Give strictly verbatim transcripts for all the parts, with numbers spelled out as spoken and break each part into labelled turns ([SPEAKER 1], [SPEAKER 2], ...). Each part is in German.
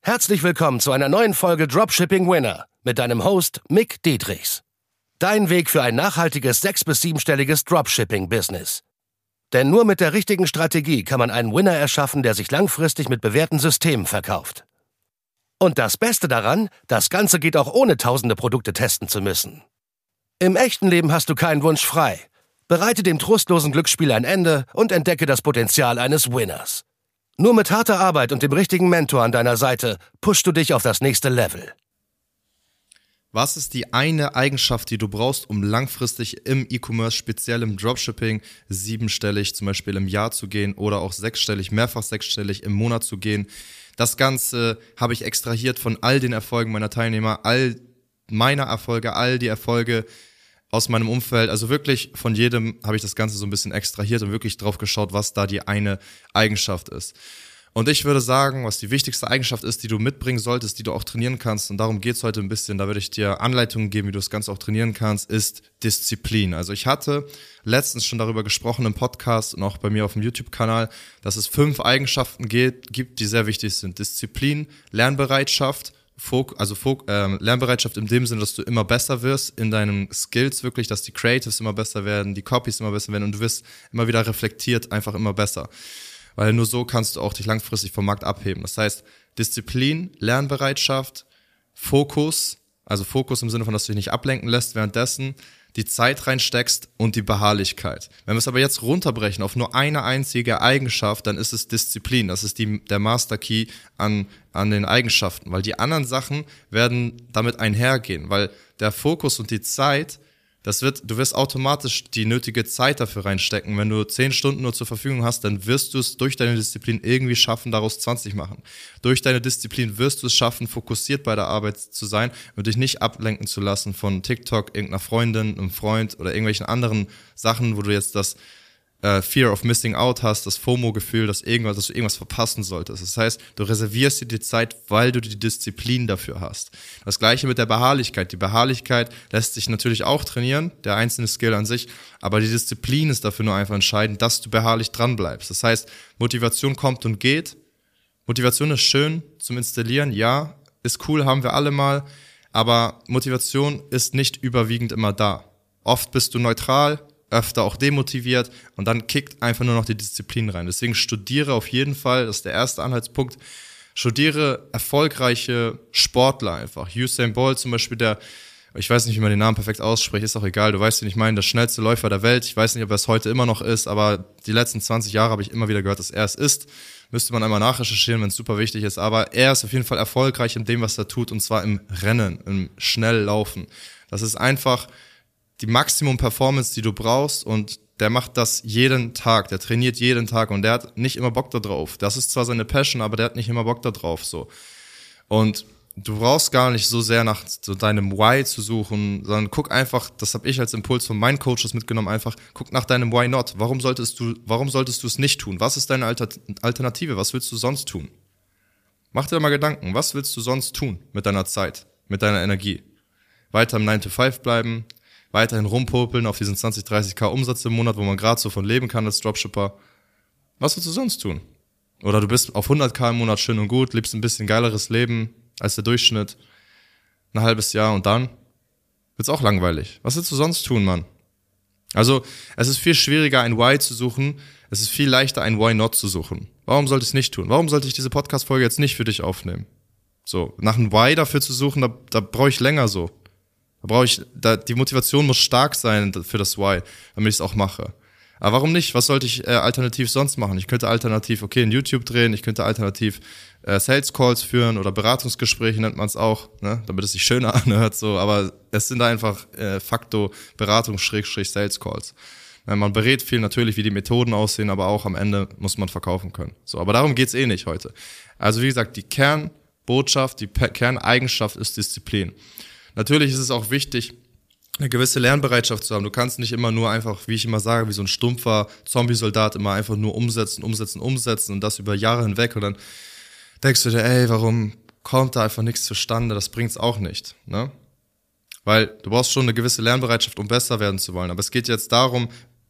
[SPEAKER 1] Herzlich willkommen zu einer neuen Folge Dropshipping Winner mit deinem Host Mick Dietrichs. Dein Weg für ein nachhaltiges sechs- bis siebenstelliges Dropshipping-Business. Denn nur mit der richtigen Strategie kann man einen Winner erschaffen, der sich langfristig mit bewährten Systemen verkauft. Und das Beste daran, das Ganze geht auch ohne tausende Produkte testen zu müssen. Im echten Leben hast du keinen Wunsch frei. Bereite dem trostlosen Glücksspiel ein Ende und entdecke das Potenzial eines Winners. Nur mit harter Arbeit und dem richtigen Mentor an deiner Seite pushst du dich auf das nächste Level.
[SPEAKER 2] Was ist die eine Eigenschaft, die du brauchst, um langfristig im E-Commerce, speziell im Dropshipping, siebenstellig zum Beispiel im Jahr zu gehen oder auch sechsstellig, mehrfach sechsstellig im Monat zu gehen? Das Ganze habe ich extrahiert von all den Erfolgen meiner Teilnehmer, all meiner Erfolge, all die Erfolge aus meinem Umfeld. Also wirklich von jedem habe ich das Ganze so ein bisschen extrahiert und wirklich drauf geschaut, was da die eine Eigenschaft ist. Und ich würde sagen, was die wichtigste Eigenschaft ist, die du mitbringen solltest, die du auch trainieren kannst, und darum geht's heute ein bisschen, da würde ich dir Anleitungen geben, wie du das Ganze auch trainieren kannst, ist Disziplin. Also ich hatte letztens schon darüber gesprochen im Podcast und auch bei mir auf dem YouTube-Kanal, dass es fünf Eigenschaften geht, gibt, die sehr wichtig sind. Disziplin, Lernbereitschaft, Fok- also Fok- äh, Lernbereitschaft in dem Sinne, dass du immer besser wirst in deinen Skills wirklich, dass die Creatives immer besser werden, die Copies immer besser werden und du wirst immer wieder reflektiert, einfach immer besser. Weil nur so kannst du auch dich langfristig vom Markt abheben. Das heißt, Disziplin, Lernbereitschaft, Fokus, also Fokus im Sinne von, dass du dich nicht ablenken lässt währenddessen, die Zeit reinsteckst und die Beharrlichkeit. Wenn wir es aber jetzt runterbrechen auf nur eine einzige Eigenschaft, dann ist es Disziplin. Das ist die, der Master Key an, an den Eigenschaften, weil die anderen Sachen werden damit einhergehen, weil der Fokus und die Zeit, das wird, du wirst automatisch die nötige Zeit dafür reinstecken. Wenn du zehn Stunden nur zur Verfügung hast, dann wirst du es durch deine Disziplin irgendwie schaffen, daraus zwanzig machen. Durch deine Disziplin wirst du es schaffen, fokussiert bei der Arbeit zu sein und dich nicht ablenken zu lassen von TikTok, irgendeiner Freundin, einem Freund oder irgendwelchen anderen Sachen, wo du jetzt das äh, Fear of Missing Out hast, das FOMO-Gefühl, dass, irgendwas, dass du irgendwas verpassen solltest. Das heißt, du reservierst dir die Zeit, weil du die Disziplin dafür hast. Das Gleiche mit der Beharrlichkeit. Die Beharrlichkeit lässt sich natürlich auch trainieren, der einzelne Skill an sich, aber die Disziplin ist dafür nur einfach entscheidend, dass du beharrlich dran bleibst. Das heißt, Motivation kommt und geht. Motivation ist schön zum Installieren, ja, ist cool, haben wir alle mal, aber Motivation ist nicht überwiegend immer da. Oft bist du neutral, öfter auch demotiviert und dann kickt einfach nur noch die Disziplin rein. Deswegen studiere auf jeden Fall, das ist der erste Anhaltspunkt, studiere erfolgreiche Sportler einfach. Usain Bolt zum Beispiel, der, ich weiß nicht, wie man den Namen perfekt ausspricht, ist auch egal, du weißt, wen ich meine, der schnellste Läufer der Welt. Ich weiß nicht, ob er es heute immer noch ist, aber die letzten zwanzig Jahre habe ich immer wieder gehört, dass er es ist. Müsste man einmal nachrecherchieren, wenn es super wichtig ist, aber er ist auf jeden Fall erfolgreich in dem, was er tut, und zwar im Rennen, im Schnelllaufen. Das ist einfach die Maximum-Performance, die du brauchst, und der macht das jeden Tag, der trainiert jeden Tag und der hat nicht immer Bock da drauf. Das ist zwar seine Passion, aber der hat nicht immer Bock da drauf, so. Und du brauchst gar nicht so sehr nach so deinem Why zu suchen, sondern guck einfach, das habe ich als Impuls von meinen Coaches mitgenommen, einfach guck nach deinem Why not. Warum solltest du, warum solltest du es nicht tun? Was ist deine Alter- Alternative? Was willst du sonst tun? Mach dir mal Gedanken, was willst du sonst tun mit deiner Zeit, mit deiner Energie? Weiter im nine to five bleiben, weiterhin rumpopeln auf diesen zwanzig, dreißig K Umsatz im Monat, wo man gerade so von leben kann als Dropshipper. Was willst du sonst tun? Oder du bist auf hundert K im Monat schön und gut, lebst ein bisschen geileres Leben als der Durchschnitt, ein halbes Jahr, und dann wird's auch langweilig. Was willst du sonst tun, Mann? Also, es ist viel schwieriger, ein Why zu suchen, es ist viel leichter, ein Why not zu suchen. Warum sollte ich es nicht tun? Warum sollte ich diese Podcast-Folge jetzt nicht für dich aufnehmen? So, nach einem Why dafür zu suchen, da, da brauche ich länger so. Da brauche ich, da, die Motivation muss stark sein für das Why, damit ich es auch mache. Aber warum nicht? Was sollte ich äh, alternativ sonst machen? Ich könnte alternativ, okay, in YouTube drehen, ich könnte alternativ äh, Sales Calls führen oder Beratungsgespräche nennt man es auch, ne, damit es sich schöner anhört, so. Aber es sind einfach äh, facto Beratungs-Sales Calls. Ja, man berät viel natürlich, wie die Methoden aussehen, aber auch am Ende muss man verkaufen können. So, aber darum geht's eh nicht heute. Also wie gesagt, die Kernbotschaft, die Pe- Kerneigenschaft ist Disziplin. Natürlich ist es auch wichtig, eine gewisse Lernbereitschaft zu haben. Du kannst nicht immer nur einfach, wie ich immer sage, wie so ein stumpfer Zombie-Soldat immer einfach nur umsetzen, umsetzen, umsetzen und das über Jahre hinweg, und dann denkst du dir, ey, warum kommt da einfach nichts zustande? Das bringt's auch nicht, ne? Weil du brauchst schon eine gewisse Lernbereitschaft, um besser werden zu wollen. Aber es geht jetzt darum,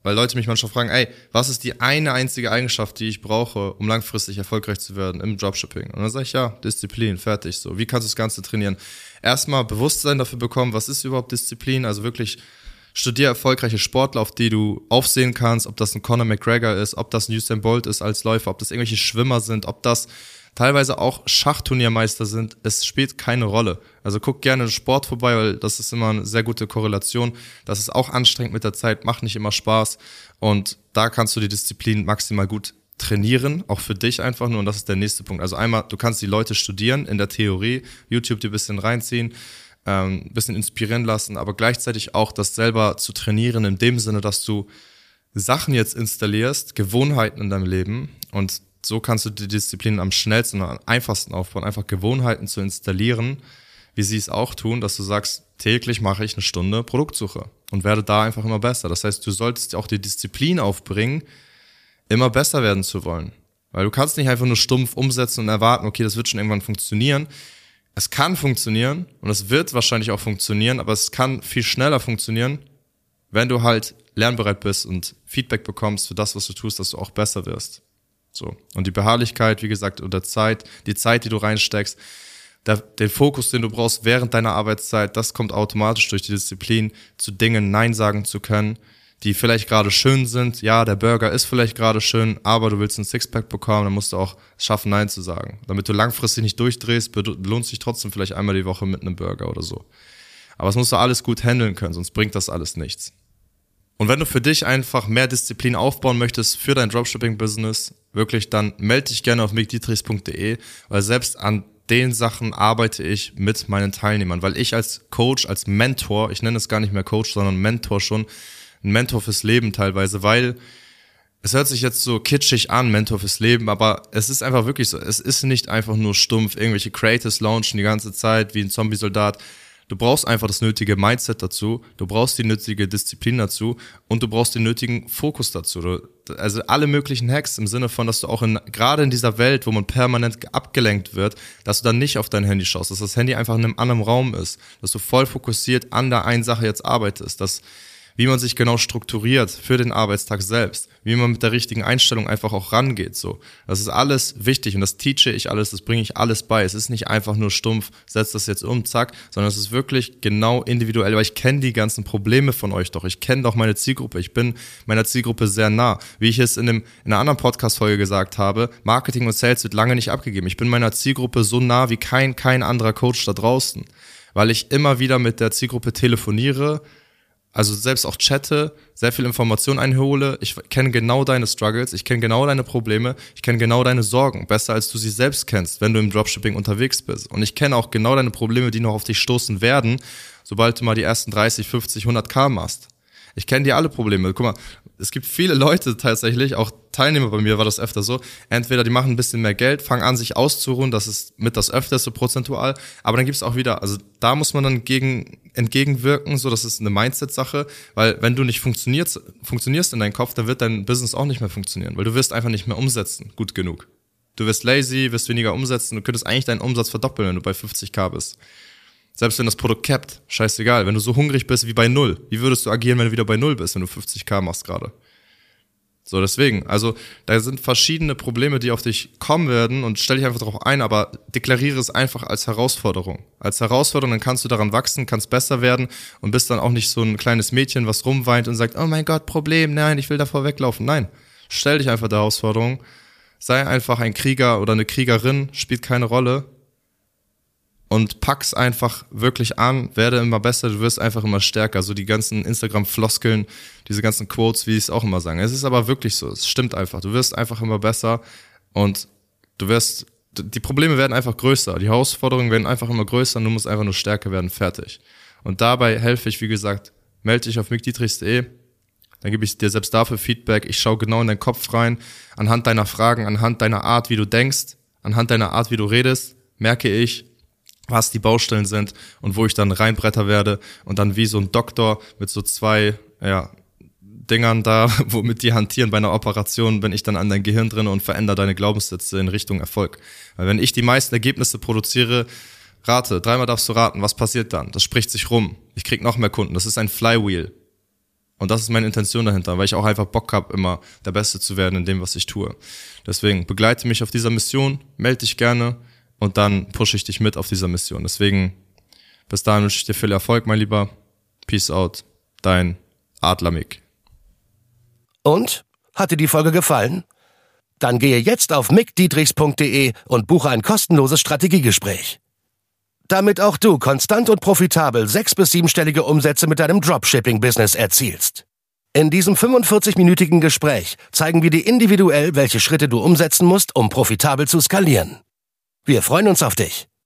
[SPEAKER 2] Weil Leute mich manchmal fragen, ey, was ist die eine einzige Eigenschaft, die ich brauche, um langfristig erfolgreich zu werden im Dropshipping? Und dann sage ich, ja, Disziplin, fertig. So, wie kannst du das Ganze trainieren? Erstmal Bewusstsein dafür bekommen, was ist überhaupt Disziplin? Also wirklich studier erfolgreiche Sportler, auf die du aufsehen kannst, ob das ein Conor McGregor ist, ob das ein Usain Bolt ist als Läufer, ob das irgendwelche Schwimmer sind, ob das teilweise auch Schach-Turniermeister sind, es spielt keine Rolle. Also guck gerne den Sport vorbei, weil das ist immer eine sehr gute Korrelation. Das ist auch anstrengend mit der Zeit, macht nicht immer Spaß und da kannst du die Disziplin maximal gut trainieren, auch für dich einfach nur und das ist der nächste Punkt. Also einmal, du kannst die Leute studieren in der Theorie, YouTube dir ein bisschen reinziehen, ein ähm, bisschen inspirieren lassen, aber gleichzeitig auch das selber zu trainieren in dem Sinne, dass du Sachen jetzt installierst, Gewohnheiten in deinem Leben und so kannst du die Disziplin am schnellsten und am einfachsten aufbauen, einfach Gewohnheiten zu installieren, wie sie es auch tun, dass du sagst, täglich mache ich eine Stunde Produktsuche und werde da einfach immer besser. Das heißt, du solltest auch die Disziplin aufbringen, immer besser werden zu wollen. Weil du kannst nicht einfach nur stumpf umsetzen und erwarten, okay, das wird schon irgendwann funktionieren. Es kann funktionieren und es wird wahrscheinlich auch funktionieren, aber es kann viel schneller funktionieren, wenn du halt lernbereit bist und Feedback bekommst für das, was du tust, dass du auch besser wirst. So. Und die Beharrlichkeit, wie gesagt, oder Zeit, die Zeit, die du reinsteckst, der, den Fokus, den du brauchst während deiner Arbeitszeit, das kommt automatisch durch die Disziplin, zu Dingen Nein sagen zu können, die vielleicht gerade schön sind. Ja, der Burger ist vielleicht gerade schön, aber du willst ein Sixpack bekommen, dann musst du auch es schaffen, Nein zu sagen. Damit du langfristig nicht durchdrehst, lohnt sich trotzdem vielleicht einmal die Woche mit einem Burger oder so. Aber das musst du alles gut handeln können, sonst bringt das alles nichts. Und wenn du für dich einfach mehr Disziplin aufbauen möchtest für dein Dropshipping-Business, wirklich, dann melde dich gerne auf mick dietrichs punkt de, weil selbst an den Sachen arbeite ich mit meinen Teilnehmern, weil ich als Coach, als Mentor, ich nenne es gar nicht mehr Coach, sondern Mentor schon, ein Mentor fürs Leben teilweise, weil es hört sich jetzt so kitschig an, Mentor fürs Leben, aber es ist einfach wirklich so, es ist nicht einfach nur stumpf, irgendwelche Creators launchen die ganze Zeit wie ein Zombie-Soldat. Du brauchst einfach das nötige Mindset dazu, du brauchst die nötige Disziplin dazu und du brauchst den nötigen Fokus dazu. Du, also alle möglichen Hacks im Sinne von, dass du auch in, gerade in dieser Welt, wo man permanent abgelenkt wird, dass du dann nicht auf dein Handy schaust, dass das Handy einfach in einem anderen Raum ist, dass du voll fokussiert an der einen Sache jetzt arbeitest, dass wie man sich genau strukturiert für den Arbeitstag selbst, wie man mit der richtigen Einstellung einfach auch rangeht, so. Das ist alles wichtig und das teache ich alles, das bringe ich alles bei. Es ist nicht einfach nur stumpf, setz das jetzt um, zack, sondern es ist wirklich genau individuell, weil ich kenne die ganzen Probleme von euch doch. Ich kenne doch meine Zielgruppe. Ich bin meiner Zielgruppe sehr nah. Wie ich es in, einem, in einer anderen Podcast-Folge gesagt habe, Marketing und Sales wird lange nicht abgegeben. Ich bin meiner Zielgruppe so nah wie kein, kein anderer Coach da draußen, weil ich immer wieder mit der Zielgruppe telefoniere, also selbst auch chatte, sehr viel Information einhole. Ich kenne genau deine Struggles, ich kenne genau deine Probleme, ich kenne genau deine Sorgen, besser als du sie selbst kennst, wenn du im Dropshipping unterwegs bist. Und ich kenne auch genau deine Probleme, die noch auf dich stoßen werden, sobald du mal die ersten dreißig, fünfzig, hundert K machst. Ich kenne dir alle Probleme. Guck mal, es gibt viele Leute tatsächlich, auch Teilnehmer bei mir war das öfter so, entweder die machen ein bisschen mehr Geld, fangen an, sich auszuruhen, das ist mit das öfterste prozentual, aber dann gibt's auch wieder, also da muss man dann gegen, entgegenwirken, so das ist eine Mindset-Sache, weil wenn du nicht funktionierst, funktionierst in deinem Kopf, dann wird dein Business auch nicht mehr funktionieren, weil du wirst einfach nicht mehr umsetzen, gut genug. Du wirst lazy, wirst weniger umsetzen, du könntest eigentlich deinen Umsatz verdoppeln, wenn du bei fünfzig K bist. Selbst wenn das Produkt cappt, scheißegal. Wenn du so hungrig bist wie bei Null, wie würdest du agieren, wenn du wieder bei Null bist, wenn du fünfzig K machst gerade? So, deswegen, also da sind verschiedene Probleme, die auf dich kommen werden und stell dich einfach darauf ein, aber deklariere es einfach als Herausforderung. Als Herausforderung, dann kannst du daran wachsen, kannst besser werden und bist dann auch nicht so ein kleines Mädchen, was rumweint und sagt, oh mein Gott, Problem, nein, ich will davor weglaufen. Nein, stell dich einfach der Herausforderung, sei einfach ein Krieger oder eine Kriegerin, spielt keine Rolle. Und pack's einfach wirklich an, werde immer besser, du wirst einfach immer stärker. So die ganzen Instagram-Floskeln, diese ganzen Quotes, wie ich es auch immer sage. Es ist aber wirklich so, es stimmt einfach. Du wirst einfach immer besser und du wirst, die Probleme werden einfach größer. Die Herausforderungen werden einfach immer größer und du musst einfach nur stärker werden, fertig. Und dabei helfe ich, wie gesagt, melde dich auf mick dietrichs punkt de, dann gebe ich dir selbst dafür Feedback. Ich schaue genau in deinen Kopf rein, anhand deiner Fragen, anhand deiner Art, wie du denkst, anhand deiner Art, wie du redest, merke ich, was die Baustellen sind und wo ich dann reinbretter werde und dann wie so ein Doktor mit so zwei ja, Dingern da, womit die hantieren bei einer Operation, bin ich dann an dein Gehirn drin und verändere deine Glaubenssätze in Richtung Erfolg. Weil wenn ich die meisten Ergebnisse produziere, rate, dreimal darfst du raten, was passiert dann? Das spricht sich rum. Ich krieg noch mehr Kunden. Das ist ein Flywheel. Und das ist meine Intention dahinter, weil ich auch einfach Bock habe, immer der Beste zu werden in dem, was ich tue. Deswegen begleite mich auf dieser Mission, melde dich gerne und dann pushe ich dich mit auf dieser Mission. Deswegen, bis dahin wünsche ich dir viel Erfolg, mein Lieber. Peace out, dein Adler Mick.
[SPEAKER 1] Und? Hat dir die Folge gefallen? Dann gehe jetzt auf mick dietrichs punkt de und buche ein kostenloses Strategiegespräch. Damit auch du konstant und profitabel sechs- bis siebenstellige Umsätze mit deinem Dropshipping-Business erzielst. In diesem fünfundvierzig-minütigen Gespräch zeigen wir dir individuell, welche Schritte du umsetzen musst, um profitabel zu skalieren. Wir freuen uns auf dich.